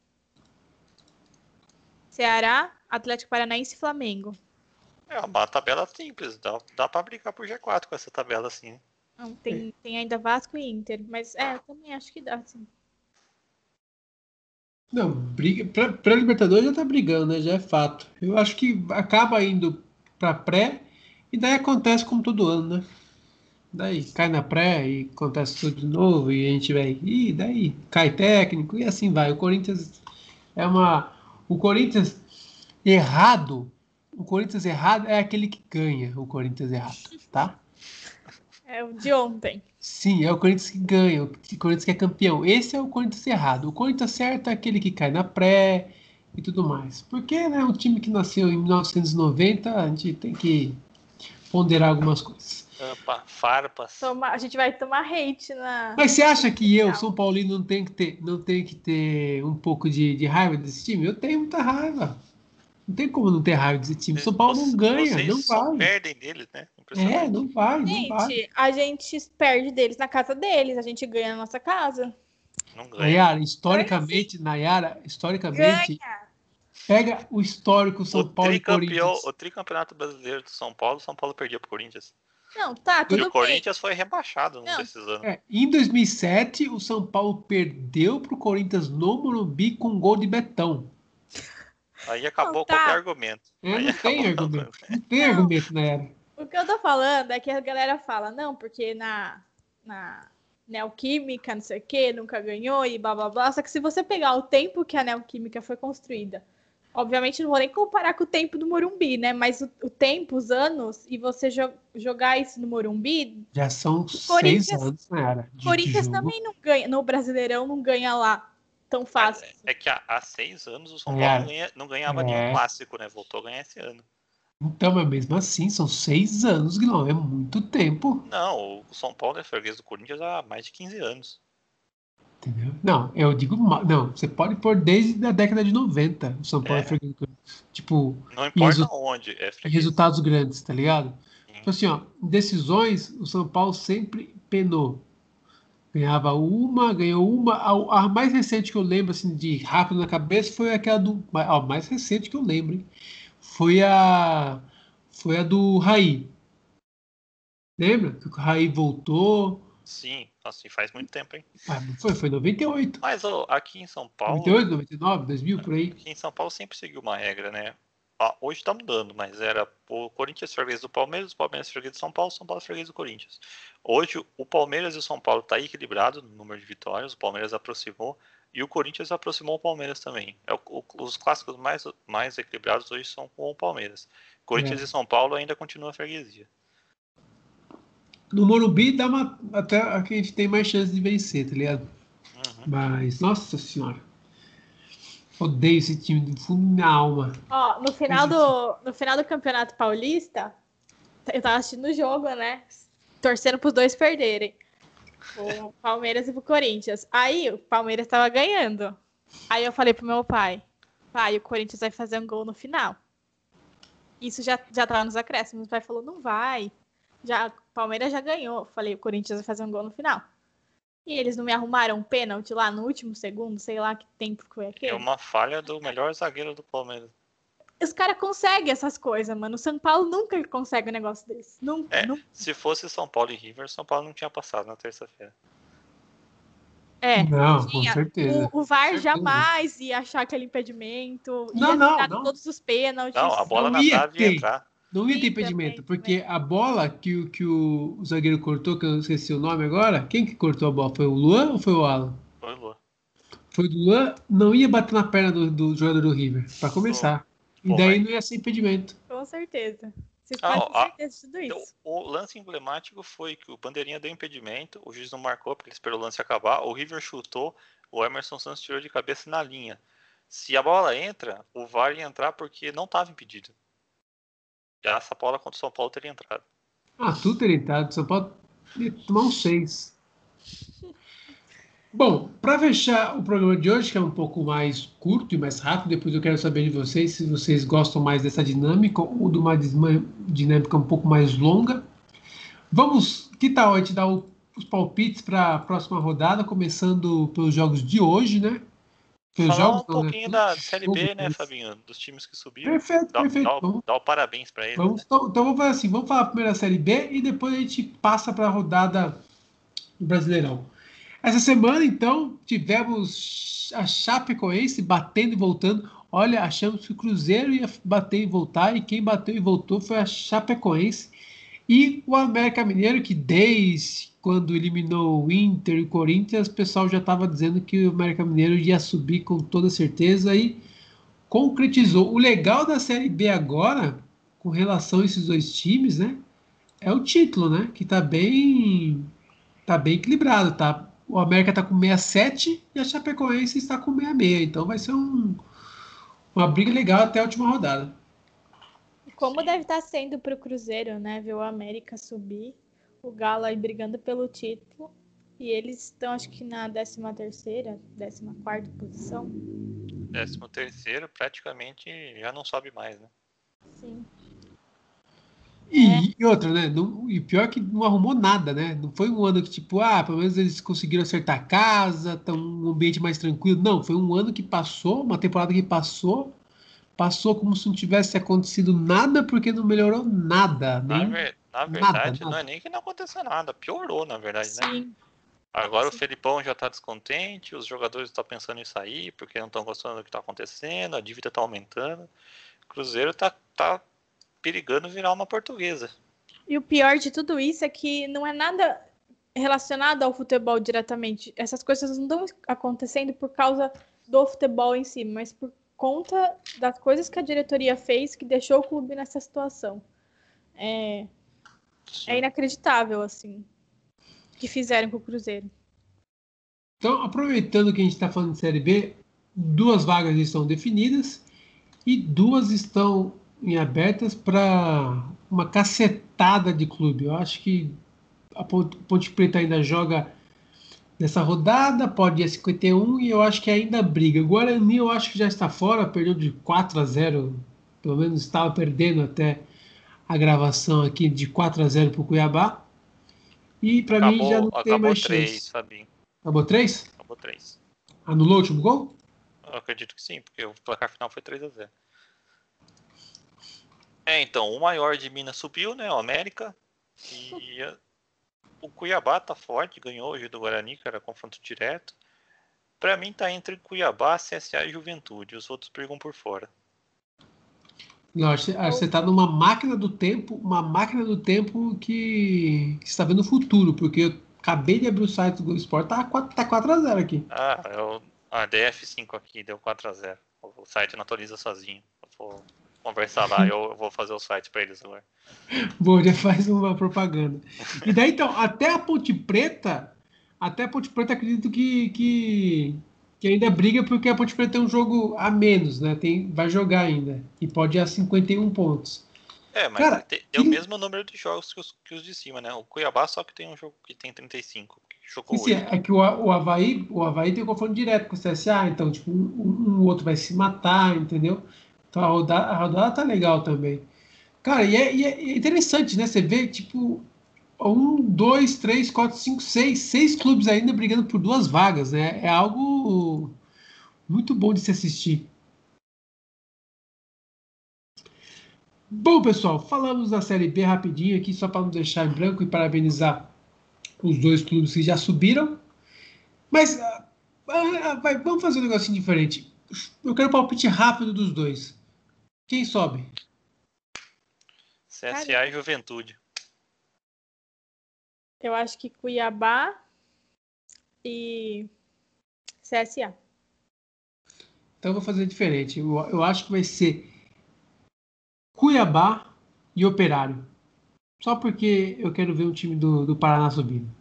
[SPEAKER 5] Ceará, Atlético Paranaense e Flamengo.
[SPEAKER 4] É uma tabela simples, dá pra brigar por G4 com essa tabela assim.
[SPEAKER 5] Não, tem ainda Vasco e Inter, mas eu também acho que dá, sim.
[SPEAKER 3] Não, briga pra Libertadores já tá brigando, né? Já é fato. Eu acho que acaba indo pra pré e daí acontece como todo ano, né? Daí cai na pré e acontece tudo de novo e a gente vai. E daí cai técnico e assim vai. O Corinthians O Corinthians errado. O Corinthians errado é aquele que ganha o Corinthians errado, tá?
[SPEAKER 5] É o de ontem.
[SPEAKER 3] Sim, é o Corinthians que ganha, o Corinthians que é campeão. Esse é o Corinthians errado. O Corinthians certo é aquele que cai na pré e tudo mais. Porque, né, um time que nasceu em 1990, a gente tem que ponderar algumas coisas.
[SPEAKER 4] Farpas.
[SPEAKER 5] A gente vai tomar hate na...
[SPEAKER 3] Mas você acha que eu, São Paulino, não tenho que ter um pouco de raiva desse time? Eu tenho muita raiva. Não tem como não ter raiva desse time. São Paulo não ganha,
[SPEAKER 4] vocês
[SPEAKER 3] não
[SPEAKER 4] só
[SPEAKER 3] vai.
[SPEAKER 4] perdem deles, né?
[SPEAKER 3] Não vai, não vai.
[SPEAKER 5] Gente, a gente perde deles na casa deles, a gente ganha na nossa casa.
[SPEAKER 4] Não ganha.
[SPEAKER 3] Nayara, historicamente,
[SPEAKER 5] Ganha.
[SPEAKER 3] pega o histórico São Paulo e Corinthians.
[SPEAKER 4] O tricampeonato brasileiro do São Paulo perdia pro Corinthians.
[SPEAKER 5] Não, tá, tudo bem.
[SPEAKER 4] E o Corinthians foi rebaixado num desses anos.
[SPEAKER 3] Em 2007, o São Paulo perdeu pro Corinthians no Morumbi com um gol de Betão.
[SPEAKER 4] Aí acabou qualquer argumento.
[SPEAKER 3] Não tem argumento. Não tem argumento, Nayara.
[SPEAKER 5] O que eu tô falando é que a galera fala, não, porque na Neoquímica, não sei o que, nunca ganhou e blá blá blá. Só que se você pegar o tempo que a Neoquímica foi construída, obviamente não vou nem comparar com o tempo do Morumbi, né? Mas o tempo, os anos, e você jogar isso no Morumbi...
[SPEAKER 3] Já são 6 anos, Nayara.
[SPEAKER 5] O Corinthians também não ganha, no Brasileirão não ganha lá tão fácil.
[SPEAKER 4] É que há 6 anos o São Paulo não ganhava nenhum clássico, né? Voltou a ganhar esse ano.
[SPEAKER 3] Então, mas mesmo assim, são 6 anos, Guilherme, é muito tempo.
[SPEAKER 4] Não, o São Paulo é freguês do Corinthians há mais de 15 anos.
[SPEAKER 3] Entendeu? Não, eu digo... Não, você pode pôr desde a década de 90 o São Paulo é freguês do Corinthians. Tipo...
[SPEAKER 4] Não importa onde é freguês.
[SPEAKER 3] Resultados grandes, tá ligado? Então, assim, ó, em decisões, o São Paulo sempre penou. Ganhava ganhou uma. A mais recente que eu lembro, assim, de rápido na cabeça, foi aquela do... A mais recente que eu lembro, hein? Foi a do Raí. Lembra? Que o Raí voltou.
[SPEAKER 4] Sim, assim, faz muito tempo, hein?
[SPEAKER 3] Foi 98.
[SPEAKER 4] Mas aqui em São Paulo...
[SPEAKER 3] 98, 99, 2000, por aí.
[SPEAKER 4] Aqui em São Paulo sempre seguiu uma regra, né? Hoje tá mudando, mas era o Corinthians freguês do Palmeiras, o Palmeiras freguês do São Paulo freguês do Corinthians. Hoje o Palmeiras e o São Paulo tá equilibrado no número de vitórias, o Palmeiras aproximou e o Corinthians aproximou o Palmeiras também. Os clássicos mais equilibrados hoje são com o Palmeiras. Corinthians e São Paulo ainda continuam a freguesia.
[SPEAKER 3] No Morumbi até aqui a gente tem mais chance de vencer, tá ligado?
[SPEAKER 4] Uhum.
[SPEAKER 3] Mas, nossa senhora. Odeio esse time do fundo da minha alma.
[SPEAKER 5] No final do Campeonato Paulista, eu tava assistindo o jogo, né? Torcendo pros dois perderem. O Palmeiras e pro Corinthians. Aí o Palmeiras tava ganhando. Aí eu falei pro meu pai, o Corinthians vai fazer um gol no final. Isso já tava nos acréscimos. Meu pai falou, não vai. O Palmeiras já ganhou. Eu falei, o Corinthians vai fazer um gol no final. E eles não me arrumaram um pênalti lá no último segundo, sei lá que tempo foi aquele.
[SPEAKER 4] É uma falha do melhor zagueiro do Palmeiras.
[SPEAKER 5] os caras conseguem essas coisas, mano. O São Paulo nunca consegue um negócio desse. Nunca.
[SPEAKER 4] Se fosse São Paulo e River, São Paulo não tinha passado na terça-feira.
[SPEAKER 3] Não, com
[SPEAKER 5] tinha.
[SPEAKER 3] certeza.
[SPEAKER 5] O VAR
[SPEAKER 3] certeza.
[SPEAKER 5] jamais ia achar aquele impedimento.
[SPEAKER 3] Não,
[SPEAKER 5] ia
[SPEAKER 3] não,
[SPEAKER 5] tirar
[SPEAKER 3] não.
[SPEAKER 5] todos os pênaltis.
[SPEAKER 4] Não, a bola
[SPEAKER 3] Não
[SPEAKER 4] na
[SPEAKER 3] ia
[SPEAKER 4] trave ia
[SPEAKER 3] ter.
[SPEAKER 4] entrar.
[SPEAKER 3] Não ia ter
[SPEAKER 5] Sim,
[SPEAKER 3] impedimento,
[SPEAKER 5] também.
[SPEAKER 3] porque a bola que o zagueiro cortou, que eu não esqueci o nome agora, quem que cortou a bola? Foi o Luan ou foi o Alan?
[SPEAKER 4] Foi, Lu.
[SPEAKER 3] Foi do Luan, não ia bater na perna do jogador do River, para começar. E
[SPEAKER 4] Pô,
[SPEAKER 3] daí
[SPEAKER 4] mas-
[SPEAKER 3] não ia ser impedimento.
[SPEAKER 5] Com certeza. Vocês
[SPEAKER 4] Ah,
[SPEAKER 5] podem ter certeza de tudo
[SPEAKER 4] Então,
[SPEAKER 5] isso.
[SPEAKER 4] o lance emblemático foi que o Bandeirinha deu impedimento, o juiz não marcou porque ele esperou o lance acabar, o River chutou, o Emerson Santos tirou de cabeça na linha. Se a bola entra, o VAR ia entrar porque não estava impedido. Já essa bola contra o São Paulo teria entrado.
[SPEAKER 3] Tudo teria entrado. São Paulo ia tomar um 6. Bom, para fechar o programa de hoje, que é um pouco mais curto e mais rápido, depois eu quero saber de vocês se vocês gostam mais dessa dinâmica ou de uma dinâmica um pouco mais longa. Que tal a gente dar os palpites para a próxima rodada, começando pelos jogos de hoje, né?
[SPEAKER 4] Falar um pouquinho da Série B, né, Fabinho? Dos times que subiram.
[SPEAKER 3] Perfeito, perfeito.
[SPEAKER 4] Dá o parabéns para eles.
[SPEAKER 3] Vamos,
[SPEAKER 4] Né?
[SPEAKER 3] então vamos fazer assim, vamos falar primeiro da Série B e depois a gente passa para a rodada do Brasileirão. Essa semana, então, tivemos a Chapecoense batendo e voltando. Olha, achamos que o Cruzeiro ia bater e voltar, e quem bateu e voltou foi a Chapecoense. E o América Mineiro, que desde quando eliminou o Inter e o Corinthians, o pessoal já estava dizendo que o América Mineiro ia subir com toda certeza e concretizou. O legal da Série B agora, com relação a esses dois times, né, é o título, né, que está bem equilibrado, tá? O América está com 67 e a Chapecoense está com 66. Então vai ser uma briga legal até a última rodada.
[SPEAKER 5] Como deve estar sendo para o Cruzeiro, né? Ver o América subir, o Galo aí brigando pelo título. E eles estão, acho que na 13ª, 14ª posição.
[SPEAKER 4] 13º, praticamente já não sobe mais, né?
[SPEAKER 5] Sim.
[SPEAKER 3] E outra, né? E pior que não arrumou nada, né? Não foi um ano que, tipo, pelo menos eles conseguiram acertar a casa, estão um ambiente mais tranquilo. Não, foi um ano que passou, uma temporada que passou como se não tivesse acontecido nada, porque não melhorou nada.
[SPEAKER 4] Na verdade,
[SPEAKER 3] nada.
[SPEAKER 4] não é nem que não aconteceu nada, piorou, na verdade, né?
[SPEAKER 5] Sim.
[SPEAKER 4] Agora o Felipão já tá descontente, os jogadores estão pensando em sair, porque não estão gostando do que tá acontecendo, a dívida tá aumentando. O Cruzeiro tá perigando virar uma portuguesa.
[SPEAKER 5] E o pior de tudo isso é que não é nada relacionado ao futebol diretamente. Essas coisas não estão acontecendo por causa do futebol em si, mas por conta das coisas que a diretoria fez que deixou o clube nessa situação. É inacreditável, assim, o que fizeram com o Cruzeiro.
[SPEAKER 3] Então, aproveitando que a gente está falando de Série B, 2 vagas estão definidas e 2 estão em abertas para uma cacetada de clube. Eu acho que a Ponte Preta ainda joga nessa rodada, pode ir a 51 e eu acho que ainda briga. O Guarani eu acho que já está fora, perdeu de 4-0, pelo menos estava perdendo até a gravação aqui de 4-0 para o Cuiabá. E para mim já não tem mais
[SPEAKER 4] 3,
[SPEAKER 3] chance.
[SPEAKER 4] Fabinho.
[SPEAKER 3] Acabou 3?
[SPEAKER 4] Acabou 3.
[SPEAKER 3] Anulou o último gol?
[SPEAKER 4] Eu acredito que sim, porque o placar final foi 3-0. Então, o maior de Minas subiu, né? O América. E o Cuiabá tá forte, ganhou hoje do Guarani, que era confronto direto. Pra mim tá entre Cuiabá, CSA e Juventude. Os outros brigam por fora.
[SPEAKER 3] Não, você está numa máquina do tempo, que está vendo o futuro, porque eu acabei de abrir o site do Globo Esporte, tá 4-0 aqui.
[SPEAKER 4] A DF5 aqui deu 4-0. O site não atualiza sozinho. Eu vou conversar lá, eu vou fazer o site para eles agora.
[SPEAKER 3] Bom, já faz uma propaganda. E daí, então, até a Ponte Preta acredito que ainda briga, porque a Ponte Preta tem um jogo a menos, né? Vai jogar ainda. E pode ir a 51 pontos.
[SPEAKER 4] Mas
[SPEAKER 3] cara,
[SPEAKER 4] tem o mesmo número de jogos que os de cima, né? O Cuiabá só que tem um jogo que tem 35. Que jogou
[SPEAKER 3] sim,
[SPEAKER 4] hoje.
[SPEAKER 3] é que o Avaí tem um confronto direto com o CSA, então, tipo, um outro vai se matar, entendeu? Então a rodada tá legal também. Cara, e é interessante, né? Você vê, tipo, 1, 2, 3, 4, 5, 6 clubes ainda brigando por 2 vagas, né? É algo muito bom de se assistir. Bom, pessoal, falamos da Série B rapidinho aqui, só para não deixar em branco e parabenizar os dois clubes que já subiram. Mas vamos fazer um negocinho diferente. Eu quero palpite rápido dos dois. Quem sobe?
[SPEAKER 4] CSA e Juventude.
[SPEAKER 5] Eu acho que Cuiabá e CSA.
[SPEAKER 3] Então eu vou fazer diferente. Eu acho que vai ser Cuiabá e Operário. Só porque eu quero ver o time do Paraná subindo.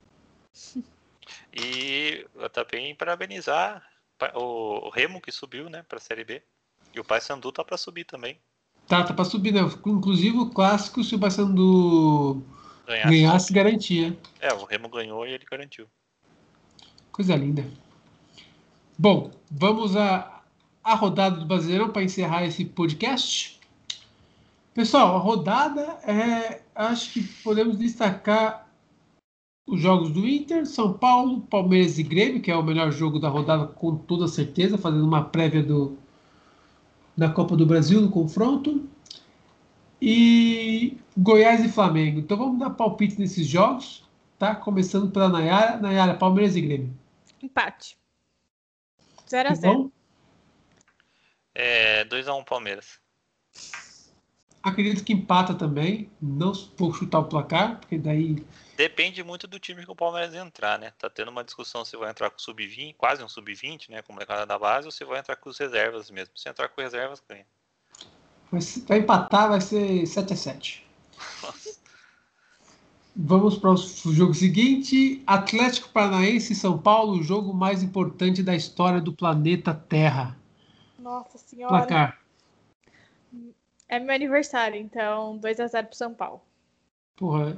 [SPEAKER 4] E eu também parabenizar o Remo, que subiu, né, pra Série B. E o Paysandu tá pra subir também.
[SPEAKER 3] Tá pra subir, né? Inclusive o clássico, se o Paysandu ganhasse, garantia.
[SPEAKER 4] O Remo ganhou e ele garantiu.
[SPEAKER 3] Coisa linda. Bom, vamos à rodada do Brasileirão para encerrar esse podcast. Pessoal, a rodada acho que podemos destacar os jogos do Inter, São Paulo, Palmeiras e Grêmio, que é o melhor jogo da rodada com toda certeza, fazendo uma prévia da Copa do Brasil no confronto. E Goiás e Flamengo. Então vamos dar palpite nesses jogos, tá? Começando pela Nayara. Nayara, Palmeiras e Grêmio.
[SPEAKER 5] Empate. 0-0.
[SPEAKER 4] 2-1 Palmeiras.
[SPEAKER 3] Acredito que empata também. Não vou chutar o placar, porque daí...
[SPEAKER 4] Depende muito do time que o Palmeiras entrar, né? Tá tendo uma discussão se vai entrar com o sub-20, quase um sub-20, né? Com o molecada da base, ou se vai entrar com os reservas mesmo. Se entrar com reservas, ganha.
[SPEAKER 3] Vai empatar, vai ser 7-7. Vamos para o jogo seguinte. Atlético Paranaense e São Paulo, o jogo mais importante da história do planeta Terra.
[SPEAKER 5] Nossa senhora.
[SPEAKER 3] Placar.
[SPEAKER 5] É meu aniversário, então 2-0 pro São Paulo.
[SPEAKER 3] Porra.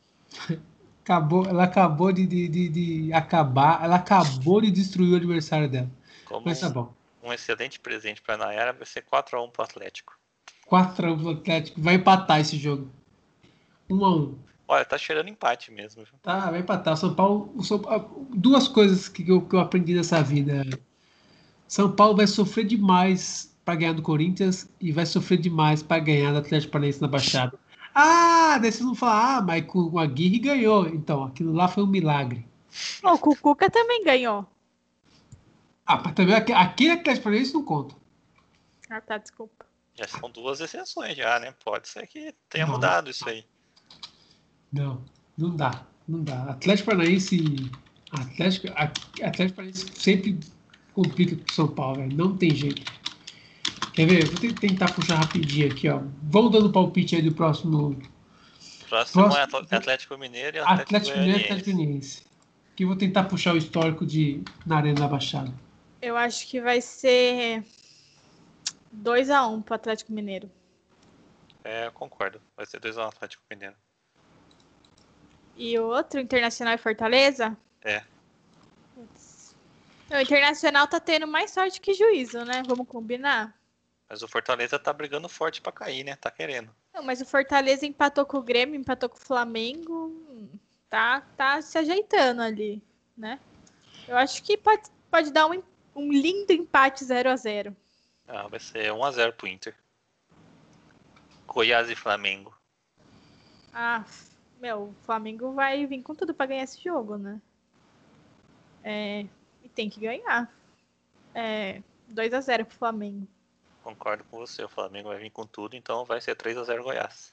[SPEAKER 3] Ela acabou de acabar. Ela acabou de destruir o aniversário dela. Mas tá bom.
[SPEAKER 4] Um excelente presente para a Nayara vai ser 4-1 pro Atlético.
[SPEAKER 3] 4-1 pro Atlético. Vai empatar esse jogo. 1-1.
[SPEAKER 4] Olha, tá cheirando empate mesmo.
[SPEAKER 3] Tá, vai empatar. O São Paulo. Duas coisas que eu aprendi nessa vida. São Paulo vai sofrer demais para ganhar do Corinthians e vai sofrer demais para ganhar do Atlético Paranaense na Baixada. Daí vocês vão falar, mas com o Aguirre ganhou. Então, aquilo lá foi um milagre.
[SPEAKER 5] O Cucuca também ganhou.
[SPEAKER 3] Mas também aquele Atlético Paranaense não conta.
[SPEAKER 5] Tá, desculpa.
[SPEAKER 4] Já são 2 exceções já, né? Pode ser que tenha mudado isso aí.
[SPEAKER 3] Não dá. Atlético Paranaense sempre complica com o São Paulo, velho. Não tem jeito. Quer ver? Eu vou tentar puxar rapidinho aqui, ó. Vamos dando palpite aí do próximo.
[SPEAKER 4] Próximo é Atlético Mineiro e Atlético
[SPEAKER 3] Goianiense. Que eu vou tentar puxar o histórico na Arena da Baixada.
[SPEAKER 5] Eu acho que vai ser 2-1 pro Atlético Mineiro.
[SPEAKER 4] Eu concordo. Vai ser 2-1 Atlético Mineiro.
[SPEAKER 5] E o outro, Internacional e Fortaleza? O Internacional tá tendo mais sorte que juízo, né? Vamos combinar?
[SPEAKER 4] Mas o Fortaleza tá brigando forte pra cair, né? Tá querendo.
[SPEAKER 5] Não, mas o Fortaleza empatou com o Grêmio, empatou com o Flamengo. Tá se ajeitando ali, né? Eu acho que pode dar um lindo empate 0-0.
[SPEAKER 4] Vai ser 1-0 pro Inter. Goiás e Flamengo.
[SPEAKER 5] O Flamengo vai vir com tudo pra ganhar esse jogo, né? E tem que ganhar. 2-0 pro Flamengo.
[SPEAKER 4] Concordo com você, o Flamengo vai vir com tudo, então vai ser 3-0 Goiás.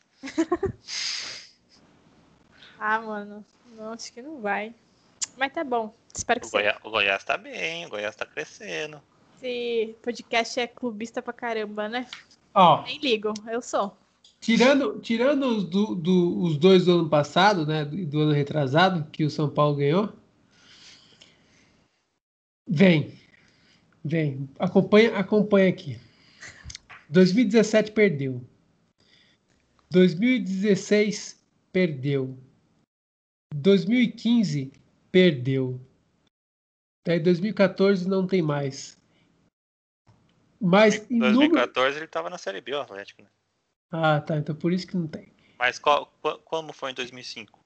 [SPEAKER 5] Mano, não, acho que não vai. Mas tá bom, espero que seja.
[SPEAKER 4] O Goiás tá bem, o Goiás tá crescendo.
[SPEAKER 5] Esse podcast é clubista pra caramba, né? Nem ligo, eu sou.
[SPEAKER 3] Tirando os dois do ano passado, né, do ano retrasado, que o São Paulo ganhou, vem, acompanha aqui. 2017 perdeu. 2016 perdeu. 2015 perdeu. Daí 2014 não tem mais. Mas
[SPEAKER 4] em 2014 ele tava na Série B, o Atlético, né?
[SPEAKER 3] Tá. Então por isso que não tem.
[SPEAKER 4] Mas como foi em 2005?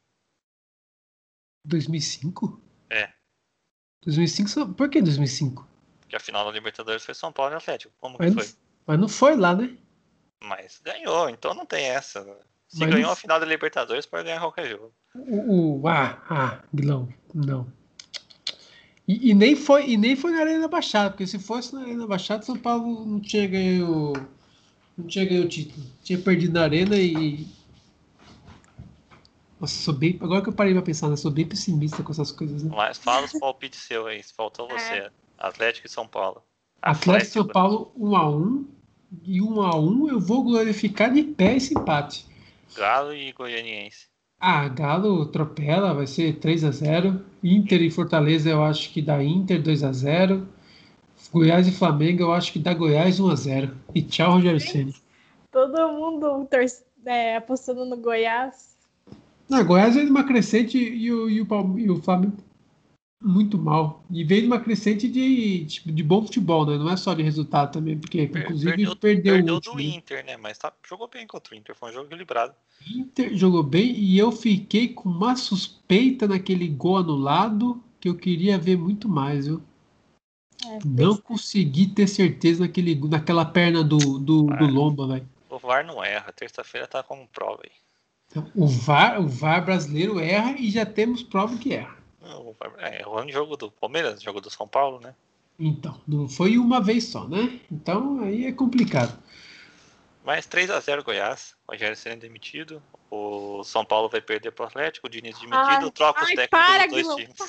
[SPEAKER 3] 2005?
[SPEAKER 4] 2005,
[SPEAKER 3] por que 2005?
[SPEAKER 4] Porque a final da Libertadores foi São Paulo e Atlético. Como que foi?
[SPEAKER 3] Mas não foi lá, né?
[SPEAKER 4] Mas ganhou, então não tem essa. Se
[SPEAKER 3] Mas
[SPEAKER 4] ganhou
[SPEAKER 3] não-
[SPEAKER 4] a final da Libertadores, pode ganhar qualquer jogo.
[SPEAKER 3] Guilão, não. E nem foi na Arena Baixada, porque se fosse na Arena Baixada, São Paulo não tinha ganho o título. Tinha perdido na Arena e. Nossa, agora que eu parei pra pensar, né? Sou bem pessimista com essas coisas, né?
[SPEAKER 4] Mas fala os palpites seus aí, faltou você. Atlético e São Paulo.
[SPEAKER 3] Atlético e São Paulo 1-1. E 1-1 eu vou glorificar de pé esse empate.
[SPEAKER 4] Galo e Goianiense.
[SPEAKER 3] Galo atropela, vai ser 3-0. Inter e Fortaleza eu acho que dá Inter 2-0. Goiás e Flamengo eu acho que dá Goiás 1-0. E tchau, Rogério Ceni.
[SPEAKER 5] Todo mundo apostando no Goiás.
[SPEAKER 3] Goiás veio de uma crescente e o Flamengo muito mal. E veio de uma crescente de bom futebol, né? Não é só de resultado também, porque inclusive perdeu o
[SPEAKER 4] do
[SPEAKER 3] último.
[SPEAKER 4] Inter, né? Mas jogou bem contra o Inter, foi um jogo equilibrado.
[SPEAKER 3] Inter jogou bem e eu fiquei com uma suspeita naquele gol anulado que eu queria ver muito mais, viu? Não consegui ter certeza naquela perna do Lomba, velho.
[SPEAKER 4] O VAR não erra, terça-feira tá como prova aí.
[SPEAKER 3] Então, o VAR brasileiro erra e já temos prova que erra.
[SPEAKER 4] Errou no jogo do Palmeiras, jogo do São Paulo, né?
[SPEAKER 3] Então, não foi uma vez só, né? Então aí é complicado.
[SPEAKER 4] Mas 3-0 Goiás, Rogério Ceni demitido, o São Paulo vai perder pro Atlético, o Diniz demitido, troca os técnicos dos dois times.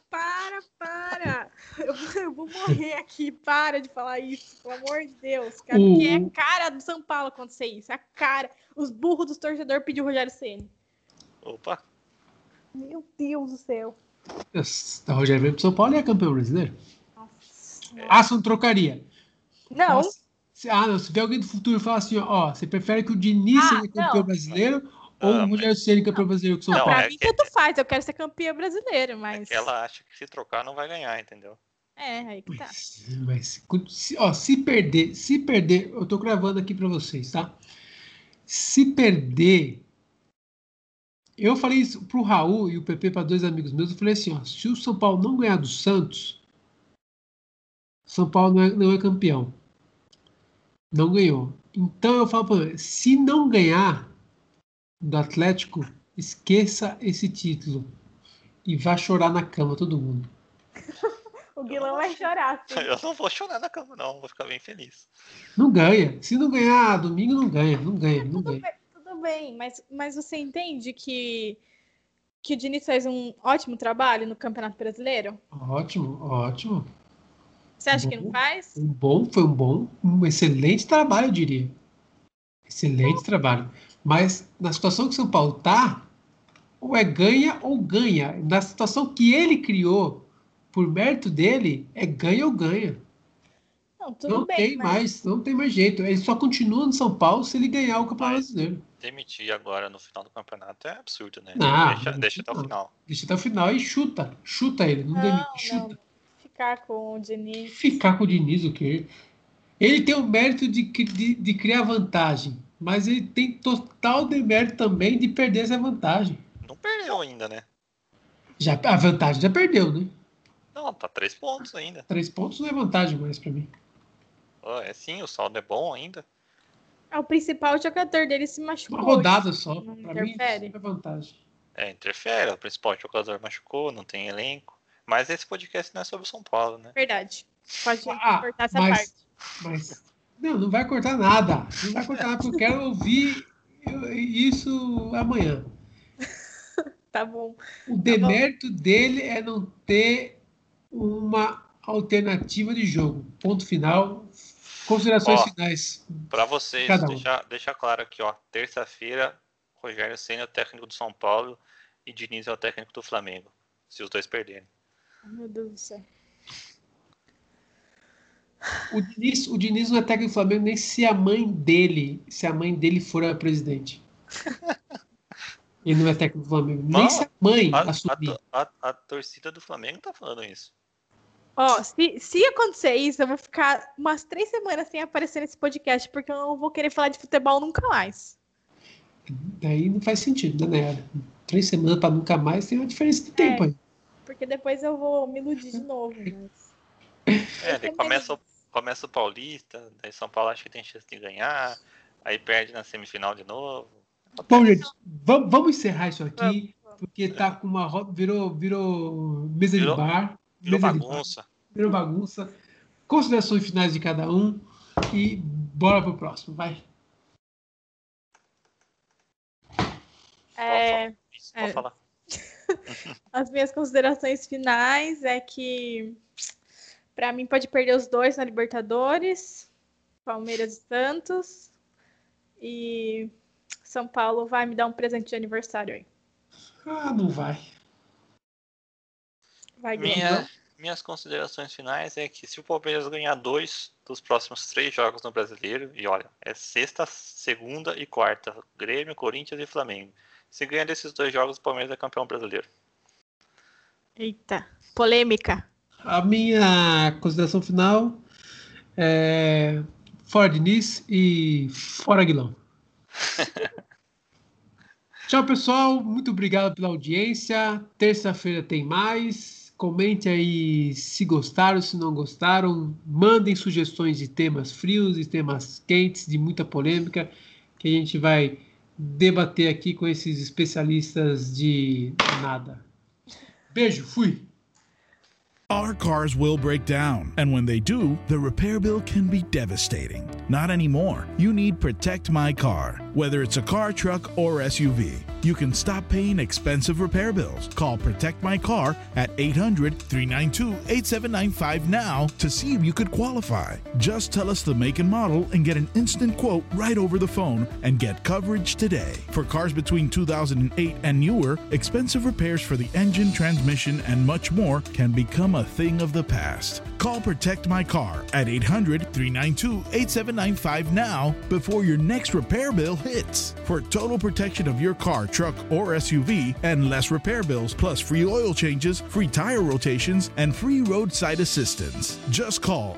[SPEAKER 5] Para! Eu vou morrer aqui, para de falar isso, pelo amor de Deus, cara, porque é a cara do São Paulo acontecer isso, é a cara, os burros dos torcedores pediu o Rogério Ceni.
[SPEAKER 4] Opa!
[SPEAKER 5] Meu Deus do céu.
[SPEAKER 3] O Rogério veio pro São Paulo e é campeão brasileiro.
[SPEAKER 5] Nossa.
[SPEAKER 3] Você não trocaria?
[SPEAKER 5] Não.
[SPEAKER 3] Não. Se vier alguém do futuro e falar assim, ó, você prefere que o Diniz seja campeão brasileiro ou o Rogério Ceni campeão brasileiro com o São Paulo?
[SPEAKER 5] Pra mim tanto faz, eu quero ser campeã brasileira, mas...
[SPEAKER 4] Ela acha que se trocar não vai ganhar, entendeu?
[SPEAKER 5] Aí que tá.
[SPEAKER 3] Mas se perder, eu tô gravando aqui pra vocês, tá? Se perder, eu falei isso pro Raul e o PP, para dois amigos meus, eu falei assim, ó, se o São Paulo não ganhar do Santos, São Paulo não é campeão. Não ganhou. Então eu falo pra ele, se não ganhar do Atlético, esqueça esse título e vá chorar na cama todo mundo.
[SPEAKER 5] O Guilherme vai chorar. Sim.
[SPEAKER 4] Eu não vou chorar na cama, não. Vou ficar bem feliz.
[SPEAKER 3] Não ganha. Se não ganhar domingo, não ganha.
[SPEAKER 5] Tudo bem, mas você entende que o Diniz faz um ótimo trabalho no Campeonato Brasileiro?
[SPEAKER 3] Ótimo.
[SPEAKER 5] Você acha que não faz?
[SPEAKER 3] Foi um excelente trabalho, eu diria. Excelente trabalho. Mas na situação que o São Paulo tá, ou é ganha ou ganha. Na situação que ele criou, por mérito dele, é ganha ou ganha.
[SPEAKER 5] Não tem
[SPEAKER 3] mais jeito. Ele só continua no São Paulo se ele ganhar o Campeonato Brasileiro.
[SPEAKER 4] Demitir agora no final do campeonato é absurdo, né? Deixa até o final.
[SPEAKER 3] Deixa até o final e chuta. Chuta ele, não demite, chuta.
[SPEAKER 5] Ficar com o Diniz.
[SPEAKER 3] Ficar com o Diniz, o quê? Ele tem o mérito de criar vantagem, mas ele tem total demérito também de perder essa vantagem.
[SPEAKER 4] Não perdeu ainda, né?
[SPEAKER 3] A vantagem já perdeu, né?
[SPEAKER 4] Não, tá 3 pontos ainda.
[SPEAKER 3] 3 pontos não é vantagem mais pra mim.
[SPEAKER 4] É sim, o saldo é bom ainda.
[SPEAKER 5] O principal jogador dele se machucou.
[SPEAKER 3] Uma rodada só.
[SPEAKER 5] Não
[SPEAKER 3] pra
[SPEAKER 5] interfere?
[SPEAKER 3] mim, isso é vantagem.
[SPEAKER 4] Interfere. O principal jogador machucou, não tem elenco. Mas esse podcast não é sobre o São Paulo, né?
[SPEAKER 5] Verdade. Pode cortar essa parte.
[SPEAKER 3] Mas não vai cortar nada. Não vai cortar nada, porque eu quero ouvir isso amanhã.
[SPEAKER 5] Tá bom.
[SPEAKER 3] O demérito dele é não ter uma alternativa de jogo. Ponto final. Considerações finais.
[SPEAKER 4] Para vocês, deixar claro aqui, ó. Terça-feira, Rogério Ceni é o técnico do São Paulo e Diniz é o técnico do Flamengo. Se os dois perderem.
[SPEAKER 5] Meu Deus do céu.
[SPEAKER 3] O Diniz não é técnico do Flamengo nem se a mãe dele for a presidente. Ele não é técnico do Flamengo. Nem se a mãe assumir.
[SPEAKER 4] A torcida do Flamengo tá falando isso.
[SPEAKER 5] Se acontecer isso, eu vou ficar umas 3 semanas sem aparecer nesse podcast, porque eu não vou querer falar de futebol nunca mais.
[SPEAKER 3] Daí não faz sentido, né? 3 semanas para nunca mais tem uma diferença de tempo aí.
[SPEAKER 5] Porque depois eu vou me iludir de novo.
[SPEAKER 4] Daí começa o Paulista, daí São Paulo acha que tem chance de ganhar. aí perde na semifinal de novo.
[SPEAKER 3] Bom, gente, vamos encerrar isso aqui, porque tá com uma roda, virou mesa de bar.
[SPEAKER 4] Virou bagunça.
[SPEAKER 3] Virou bagunça. Considerações finais de cada um e bora pro próximo, vai.
[SPEAKER 4] Pode falar.
[SPEAKER 5] As minhas considerações finais é que para mim pode perder os dois na Libertadores, Palmeiras e Santos, e São Paulo vai me dar um presente de aniversário aí.
[SPEAKER 3] Não vai.
[SPEAKER 5] Vai ganhar.
[SPEAKER 4] Minhas considerações finais é que se o Palmeiras ganhar 2 dos próximos 3 jogos no Brasileiro, e olha, é sexta, segunda e quarta, Grêmio, Corinthians e Flamengo. Se ganhar desses 2 jogos, o Palmeiras é campeão brasileiro.
[SPEAKER 5] Eita, polêmica.
[SPEAKER 3] A minha consideração final é fora Diniz e fora Aguilão. Tchau, pessoal. Muito obrigado pela audiência. Terça-feira tem mais. Comente aí se gostaram, se não gostaram. Mandem sugestões de temas frios e temas quentes, de muita polêmica, que a gente vai debater aqui com esses especialistas de nada. Beijo, fui!
[SPEAKER 6] Our cars will break down, and when they do, the repair bill can be devastating. Not anymore. You need Protect My Car. Whether it's a car, truck, or SUV, you can stop paying expensive repair bills. Call Protect My Car at 800-392-8795 now to see if you could qualify. Just tell us the make and model and get an instant quote right over the phone and get coverage today. For cars between 2008 and newer, expensive repairs for the engine, transmission, and much more can become a thing of the past. Call Protect My Car at 800-392-8795 now before your next repair bill hits. For total protection of your car, truck, or SUV and less repair bills, plus free oil changes, free tire rotations, and free roadside assistance. Just call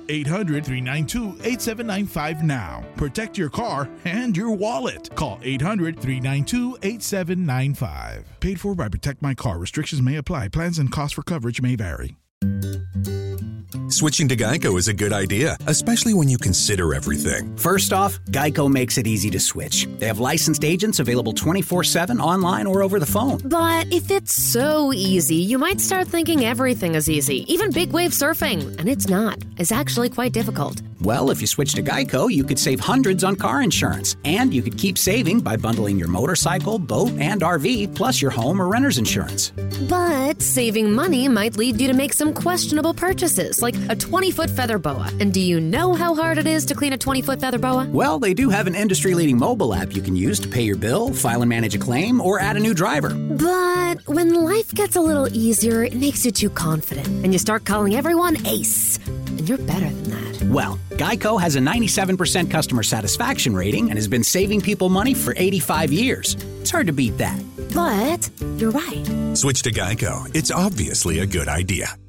[SPEAKER 6] 800-392-8795 now. Protect your car and your wallet. Call 800-392-8795. Paid for by Protect My Car. Restrictions may apply. Plans and costs for coverage may vary.
[SPEAKER 7] Switching to Geico is a good idea, especially when you consider everything.
[SPEAKER 8] First off, Geico makes it easy to switch. They have licensed agents available 24/7 online or over the phone.
[SPEAKER 9] But if it's so easy, you might start thinking everything is easy, even big wave surfing. And it's not. It's actually quite difficult.
[SPEAKER 8] Well, if you switch to Geico, you could save hundreds on car insurance. And you could keep saving by bundling your motorcycle, boat, and RV, plus your home or renter's insurance.
[SPEAKER 9] But saving money might lead you to make some questionable purchases, like a 20-foot feather boa. And do you know how hard it is to clean a 20-foot feather boa?
[SPEAKER 8] Well, they do have an industry-leading mobile app you can use to pay your bill, file and manage a claim, or add a new driver.
[SPEAKER 9] But when life gets a little easier, it makes you too confident, and you start calling everyone Ace. And you're better than that.
[SPEAKER 8] Well, Geico has a 97% customer satisfaction rating and has been saving people money for 85 years. It's hard to beat that.
[SPEAKER 9] But you're right.
[SPEAKER 7] Switch to Geico. It's obviously a good idea.